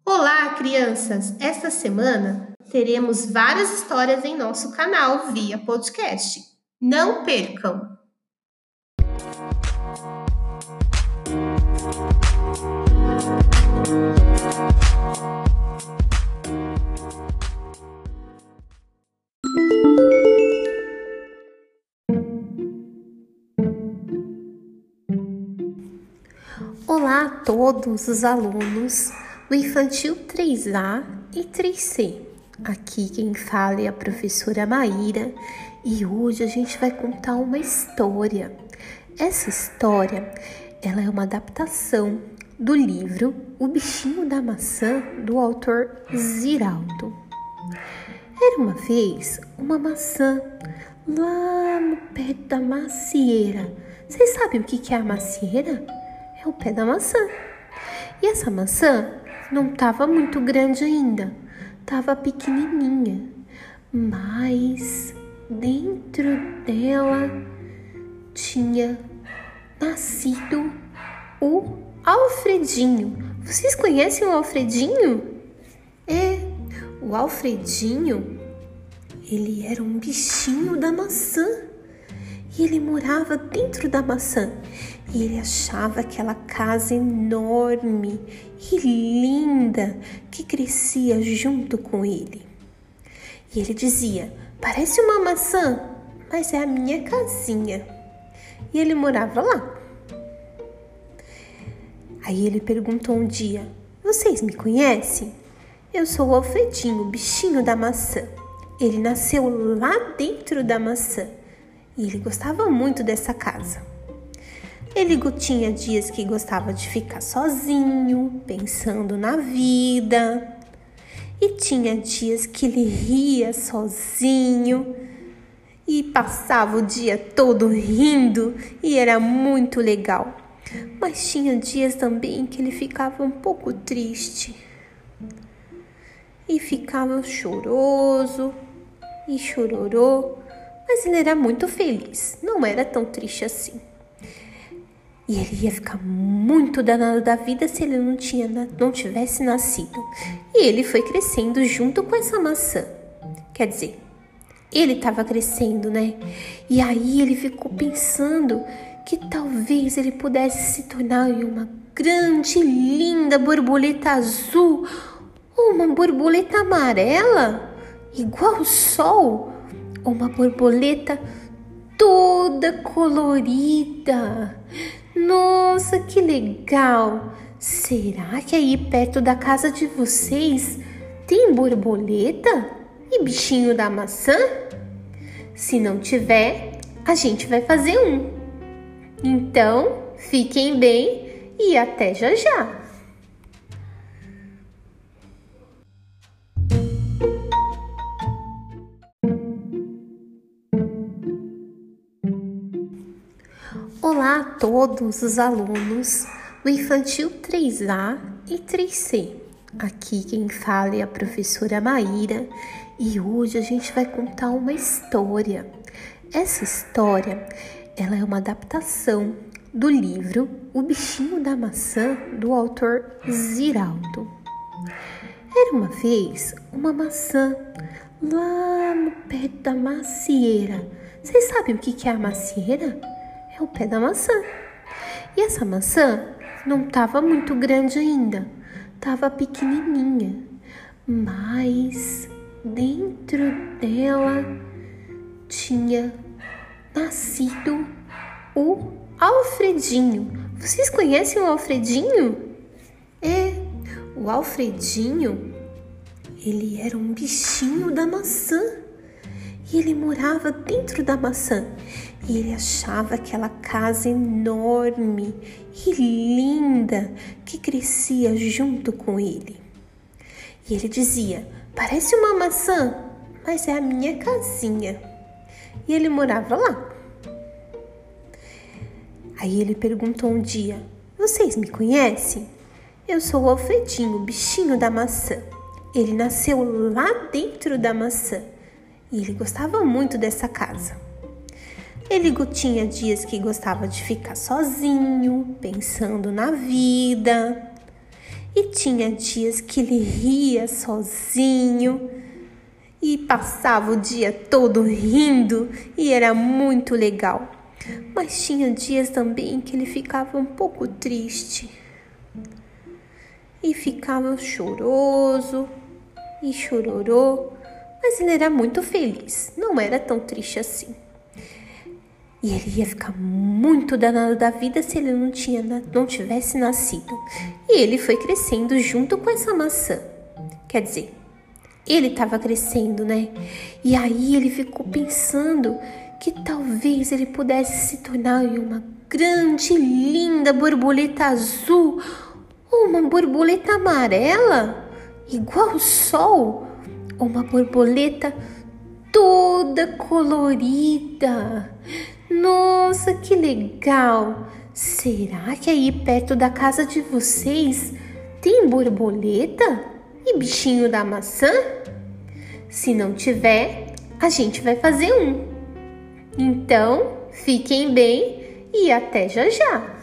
Olá, crianças! Esta semana teremos várias histórias em nosso canal via podcast. Não percam! Olá a todos os alunos do Infantil 3A e 3C. Aqui quem fala é a professora Maíra e hoje a gente vai contar uma história. Essa história, ela é uma adaptação do livro O Bichinho da Maçã, do autor Ziraldo. Era uma vez uma maçã lá no pé da macieira. Vocês sabem o que é a macieira? É o pé da maçã. E essa maçã não estava muito grande ainda, estava pequenininha, mas dentro dela tinha nascido o Alfredinho. Vocês conhecem o Alfredinho? O Alfredinho, ele era um bichinho da maçã e ele morava dentro da maçã. E ele achava aquela casa enorme e linda que crescia junto com ele. E ele dizia: parece uma maçã, mas é a minha casinha. E ele morava lá. Aí ele perguntou um dia: vocês me conhecem? Eu sou o Alfredinho, o bichinho da maçã. Ele nasceu lá dentro da maçã e ele gostava muito dessa casa. Ele tinha dias que gostava de ficar sozinho, pensando na vida. E tinha dias que ele ria sozinho e passava o dia todo rindo e era muito legal. Mas tinha dias também que ele ficava um pouco triste e ficava choroso e chororô. Mas ele era muito feliz, não era tão triste assim. E ele ia ficar muito danado da vida se ele não tivesse nascido. E ele foi crescendo junto com essa maçã. Quer dizer, ele estava crescendo, né? E aí ele ficou pensando que talvez ele pudesse se tornar uma grande, linda borboleta azul ou uma borboleta amarela, igual o sol, ou uma borboleta toda colorida. Nossa, que legal! Será que aí perto da casa de vocês tem borboleta e bichinho da maçã? Se não tiver, a gente vai fazer um. Então, fiquem bem e até já já! Olá a todos os alunos do Infantil 3A e 3C. Aqui quem fala é a professora Maíra e hoje a gente vai contar uma história. Essa história, ela é uma adaptação do livro O Bichinho da Maçã, do autor Ziraldo. Era uma vez uma maçã lá no pé da macieira. Vocês sabem o que é a macieira? É o pé da maçã. E essa maçã não estava muito grande ainda, estava pequenininha, mas dentro dela tinha nascido o Alfredinho. Vocês conhecem o Alfredinho? O Alfredinho, ele era um bichinho da maçã e ele morava dentro da maçã. E ele achava aquela casa enorme e linda que crescia junto com ele. E ele dizia: parece uma maçã, mas é a minha casinha. E ele morava lá. Aí ele perguntou um dia: vocês me conhecem? Eu sou o Alfredinho, o bichinho da maçã. Ele nasceu lá dentro da maçã e ele gostava muito dessa casa. Ele tinha dias que gostava de ficar sozinho, pensando na vida. E tinha dias que ele ria sozinho e passava o dia todo rindo e era muito legal. Mas tinha dias também que ele ficava um pouco triste e ficava choroso e chororô, mas ele era muito feliz, não era tão triste assim. E ele ia ficar muito danado da vida se ele não tivesse nascido. E ele foi crescendo junto com essa maçã. Quer dizer, ele estava crescendo, né? E aí ele ficou pensando que talvez ele pudesse se tornar uma grande, linda borboleta azul ou uma borboleta amarela, igual o sol, ou uma borboleta toda colorida. Nossa, que legal! Será que aí perto da casa de vocês tem borboleta e bichinho da maçã? Se não tiver, a gente vai fazer um. Então, fiquem bem e até já já!